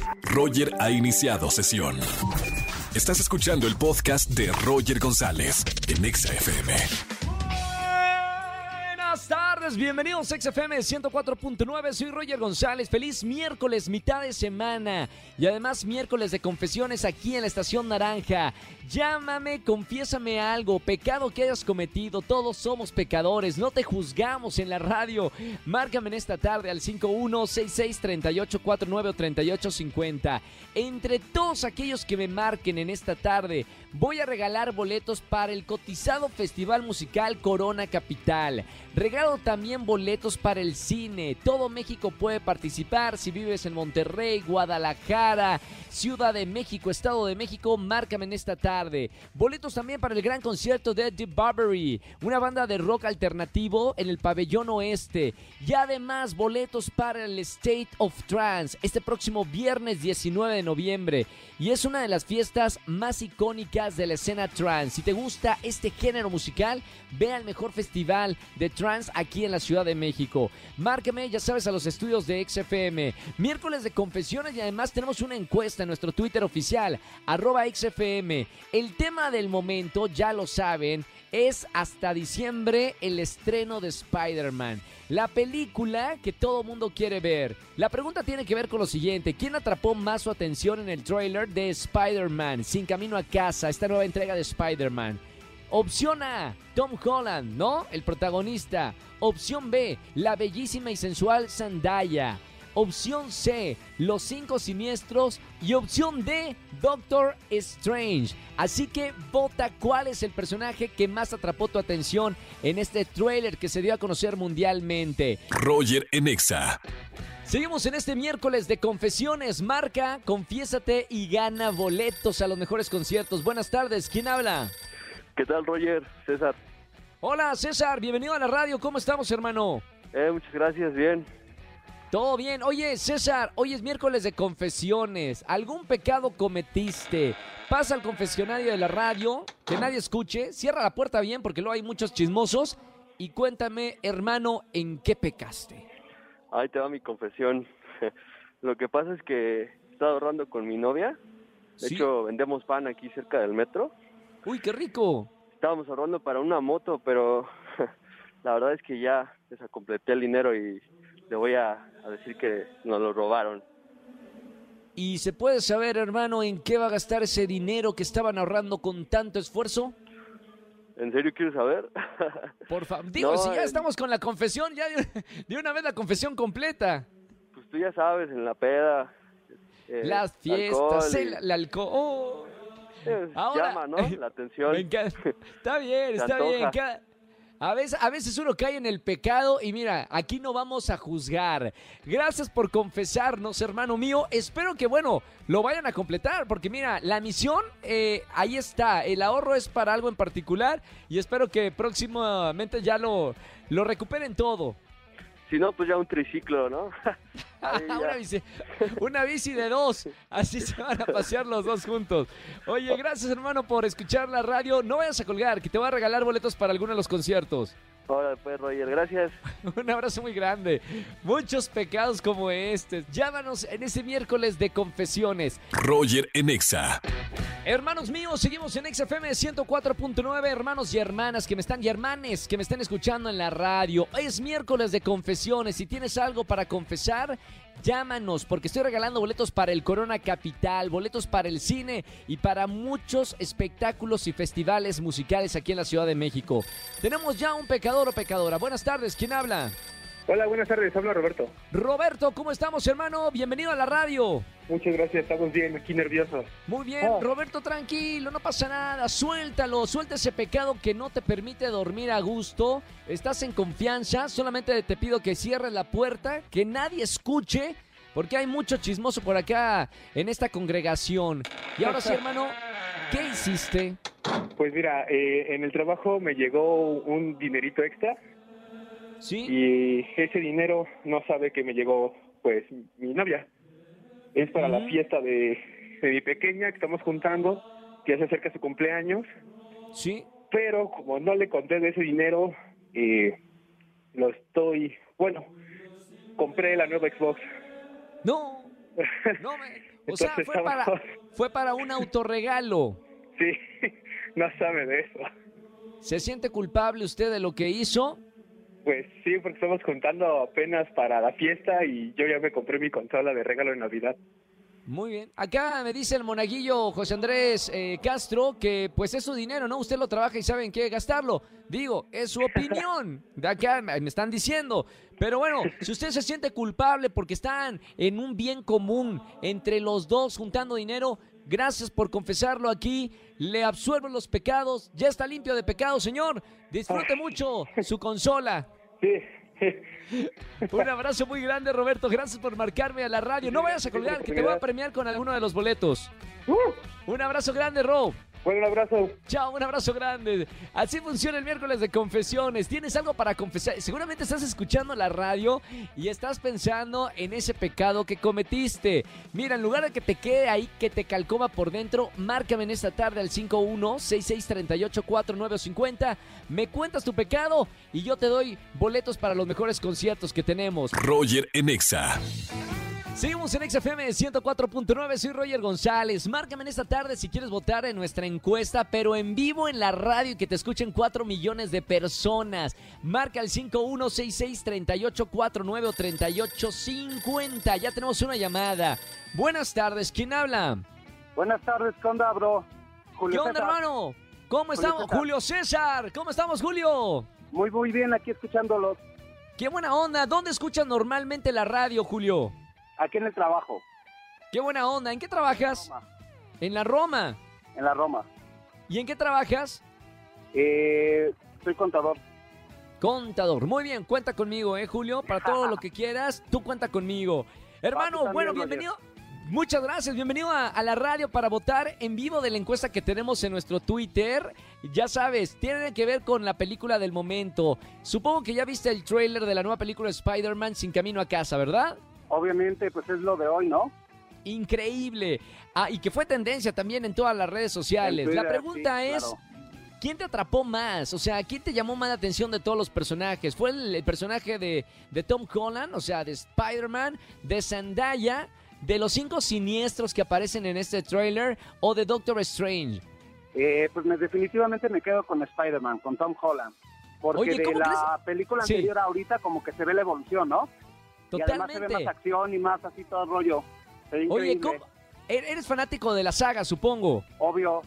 Roger ha iniciado sesión. Estás escuchando el podcast de Roger González en Exa FM. Buenas tardes, bienvenidos a XFM 104.9, soy Roger González, feliz miércoles, mitad de semana y además miércoles de confesiones aquí en la Estación Naranja. Llámame, confiésame algo, pecado que hayas cometido, todos somos pecadores, no te juzgamos en la radio. Márcame en esta tarde al 51663849 o 3850. Entre todos aquellos que me marquen en esta tarde, voy a regalar boletos para el cotizado Festival Musical Corona Capital. Regalo también boletos para el cine. Todo México puede participar. Si vives en Monterrey, Guadalajara, Ciudad de México, Estado de México, márcame en esta tarde. Boletos también para el gran concierto de The Barbary, una banda de rock alternativo en el Pabellón Oeste. Y además boletos para el State of Trance este próximo viernes 19 de noviembre. Y es una de las fiestas más icónicas de la escena trance. Si te gusta este género musical, ve al mejor festival de trance aquí en la Ciudad de México. Márcame, ya sabes, a los estudios de XFM. Miércoles de confesiones y además tenemos una encuesta en nuestro Twitter oficial, @XFM. El tema del momento, ya lo saben, es hasta diciembre el estreno de Spider-Man, la película que todo mundo quiere ver. La pregunta tiene que ver con lo siguiente: ¿quién atrapó más su atención en el tráiler de Spider-Man Sin Camino a Casa, esta nueva entrega de Spider-Man? Opción A, Tom Holland, ¿no? El protagonista. Opción B, la bellísima y sensual Zendaya. Opción C, Los Cinco Siniestros. Y opción D, Doctor Strange. Así que vota cuál es el personaje que más atrapó tu atención en este tráiler que se dio a conocer mundialmente. Roger en Exa. Seguimos en este miércoles de confesiones. Marca, confiésate y gana boletos a los mejores conciertos. Buenas tardes, ¿quién habla? ¿Qué tal, Roger? César. Hola, César, bienvenido a la radio. ¿Cómo estamos, hermano? Muchas gracias, bien. Todo bien. Oye, César, hoy es miércoles de confesiones. ¿Algún pecado cometiste? Pasa al confesionario de la radio, que nadie escuche. Cierra la puerta bien porque luego hay muchos chismosos. Y cuéntame, hermano, ¿en qué pecaste? Ahí te va mi confesión. Lo que pasa es que estaba ahorrando con mi novia. De ¿Sí? hecho, vendemos pan aquí cerca del metro. ¡Uy, qué rico! Estábamos ahorrando para una moto, pero la verdad es que ya desacompleté el dinero y le voy a decir que nos lo robaron. ¿Y se puede saber, hermano, en qué va a gastar ese dinero que estaban ahorrando con tanto esfuerzo? ¿En serio quieres saber? Por favor, digo, No, si ya estamos con la confesión, ya de una vez la confesión completa. Pues tú ya sabes, en la peda. Las fiestas, el alcohol. Oh. Ahora, Llama, ¿no? La atención. Está bien, está bien. A veces uno cae en el pecado y mira, aquí no vamos a juzgar. Gracias por confesarnos, hermano mío. Espero que, bueno, lo vayan a completar, porque mira, la misión, ahí está. El ahorro es para algo en particular y espero que próximamente ya lo recuperen todo. Si no, pues ya un triciclo, ¿no? Una bici de dos. Así se van a pasear los dos juntos. Oye, gracias, hermano, por escuchar la radio. No vayas a colgar, que te voy a regalar boletos para alguno de los conciertos. Hola, pues, Roger, gracias. Un abrazo muy grande. Muchos pecados como este. Llámanos en ese miércoles de confesiones. Roger en Exa. Hermanos míos, seguimos en XFM 104.9, hermanos y hermanas que me están escuchando en la radio. Es miércoles de confesiones. Si tienes algo para confesar, llámanos, porque estoy regalando boletos para el Corona Capital, boletos para el cine y para muchos espectáculos y festivales musicales aquí en la Ciudad de México. Tenemos ya un pecador o pecadora. Buenas tardes, ¿quién habla? Hola, buenas tardes, habla Roberto. Roberto, ¿cómo estamos, hermano? Bienvenido a la radio. Muchas gracias, estamos bien, aquí nerviosos. Muy bien, Roberto, tranquilo, no pasa nada, suelta ese pecado que no te permite dormir a gusto. Estás en confianza, solamente te pido que cierres la puerta, que nadie escuche, porque hay mucho chismoso por acá en esta congregación. Y ahora sí, hermano, ¿qué hiciste? Pues mira, en el trabajo me llegó un dinerito extra. ¿Sí? Y ese dinero no sabe que me llegó, pues, mi novia. Es para la fiesta de mi pequeña que estamos juntando, que ya se acerca su cumpleaños. ¿Sí? Pero como no le conté de ese dinero, compré la nueva Xbox. No, O sea, fue para un autorregalo. Sí, no sabe de eso. ¿Se siente culpable usted de lo que hizo? Pues sí, porque estamos juntando apenas para la fiesta y yo ya me compré mi consola de regalo de Navidad. Muy bien. Acá me dice el monaguillo José Andrés Castro que pues es su dinero, ¿no? Usted lo trabaja y sabe en qué gastarlo. Digo, es su opinión. De acá me están diciendo. Pero bueno, si usted se siente culpable porque están en un bien común entre los dos juntando dinero, gracias por confesarlo aquí. Le absuelvo los pecados. Ya está limpio de pecados, señor. Disfrute mucho su consola. Sí. Un abrazo muy grande, Roberto. Gracias por marcarme a la radio. No vayas a colgar, que te voy a premiar con alguno de los boletos. Un abrazo grande, Ro. Bueno, un abrazo. Chao, un abrazo grande. Así funciona el miércoles de confesiones. ¿Tienes algo para confesar? Seguramente estás escuchando la radio y estás pensando en ese pecado que cometiste. Mira, en lugar de que te quede ahí, que te calcoma por dentro, márcame en esta tarde al 5166384950. Me cuentas tu pecado y yo te doy boletos para los mejores conciertos que tenemos. Roger en Exa. Seguimos en XFM 104.9, soy Roger González. Márcame en esta tarde si quieres votar en nuestra encuesta, pero en vivo en la radio y que te escuchen 4 millones de personas. Marca al 51663849 o 3850. Ya tenemos una llamada. Buenas tardes, ¿quién habla? Buenas tardes, ¿qué onda, bro? Julio ¿Qué onda, César, hermano? ¿Cómo estamos? César. Julio César, ¿cómo estamos, Julio? Muy bien, aquí escuchándolos. Qué buena onda. ¿Dónde escuchas normalmente la radio, Julio? Aquí en el trabajo. Qué buena onda. ¿En qué trabajas? Roma. En la Roma. En la Roma. ¿Y en qué trabajas? Soy contador. Contador. Muy bien, cuenta conmigo, Julio. Para todo lo que quieras, tú cuenta conmigo. Hermano, también, bueno, Roger. bienvenido. Muchas gracias. Bienvenido a la radio para votar en vivo de la encuesta que tenemos en nuestro Twitter. Ya sabes, tiene que ver con la película del momento. Supongo que ya viste el tráiler de la nueva película de Spider-Man Sin Camino a Casa, ¿verdad? Obviamente, pues es lo de hoy, ¿no? Increíble. Y que fue tendencia también en todas las redes sociales. En Twitter, La pregunta sí, es, claro. ¿quién te atrapó más? O sea, ¿quién te llamó más la atención de todos los personajes? ¿Fue el personaje de Tom Holland, o sea, de Spider-Man, de Zendaya, de los 5 siniestros que aparecen en este tráiler o de Doctor Strange? Definitivamente me quedo con Spider-Man, con Tom Holland. Porque Oye, de ¿cómo la crees? película Sí. anterior a ahorita como que se ve la evolución, ¿no? Y además se ve Totalmente. más acción y más así todo el rollo. Se ve Oye, increíble. eres fanático de la saga, supongo. Obvio.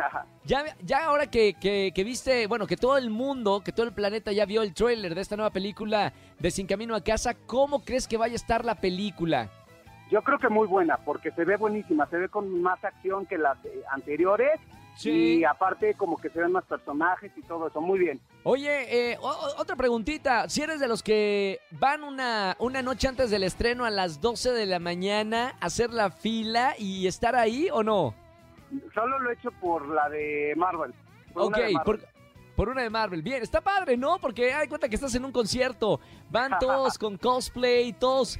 Ya ahora que viste, bueno, que todo el mundo, que todo el planeta ya vio el tráiler de esta nueva película de Sin Camino a Casa, ¿cómo crees que vaya a estar la película? Yo creo que muy buena, porque se ve buenísima, se ve con más acción que las anteriores. Sí. Y aparte como que se ven más personajes y todo eso, muy bien. Oye, otra preguntita. Si eres de los que van una noche antes del estreno a las 12 de la mañana a hacer la fila y estar ahí o no? Solo lo he hecho por la de Marvel. Ok, por una de Marvel. Bien, está padre, ¿no? Porque hay cuenta que estás en un concierto. Van todos con cosplay, todos,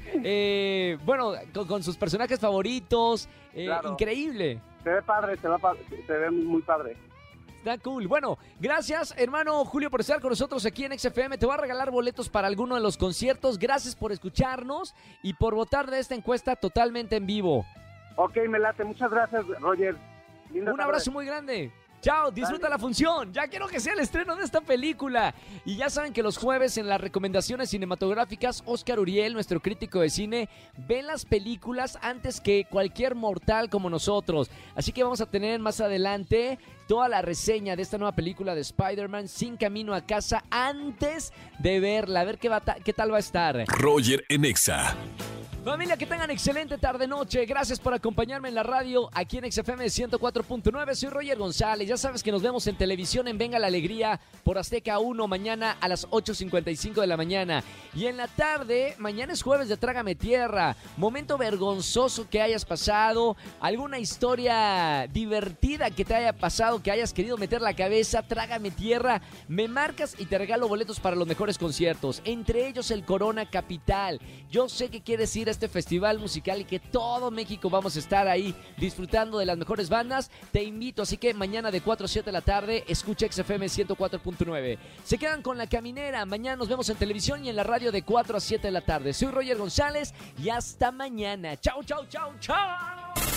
con sus personajes favoritos. Claro. Increíble. Se ve padre, se ve muy padre. Está cool. Bueno, gracias, hermano Julio, por estar con nosotros aquí en XFM. Te voy a regalar boletos para alguno de los conciertos. Gracias por escucharnos y por votar de esta encuesta totalmente en vivo. Ok, me late. Muchas gracias, Roger. Linda Un tarde. abrazo muy grande. Chao, disfruta Dale. la función. Ya quiero que sea el estreno de esta película. Y ya saben que los jueves en las recomendaciones cinematográficas, Oscar Uriel, nuestro crítico de cine, ve las películas antes que cualquier mortal como nosotros. Así que vamos a tener más adelante toda la reseña de esta nueva película de Spider-Man Sin Camino a Casa antes de verla. A ver qué tal va a estar. Roger en Exa. Familia, que tengan excelente tarde-noche. Gracias por acompañarme en la radio aquí en XFM 104.9. Soy Roger González. Ya sabes que nos vemos en televisión en Venga la Alegría por Azteca 1 mañana a las 8:55 de la mañana. Y en la tarde, mañana es jueves de Trágame Tierra. Momento vergonzoso que hayas pasado, alguna historia divertida que te haya pasado, que hayas querido meter la cabeza, Trágame Tierra. Me marcas y te regalo boletos para los mejores conciertos. Entre ellos el Corona Capital. Yo sé que quieres ir a este festival musical y que todo México vamos a estar ahí disfrutando de las mejores bandas. Te invito, así que mañana de 4 a 7 de la tarde escucha XFM 104.9. Se quedan con La Caminera. Mañana nos vemos en televisión y en la radio de 4 a 7 de la tarde. Soy Roger González y hasta mañana. Chau, chau, chau, chau.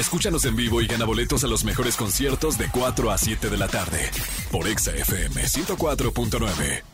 Escúchanos en vivo y gana boletos a los mejores conciertos de 4 a 7 de la tarde por Exa FM 104.9.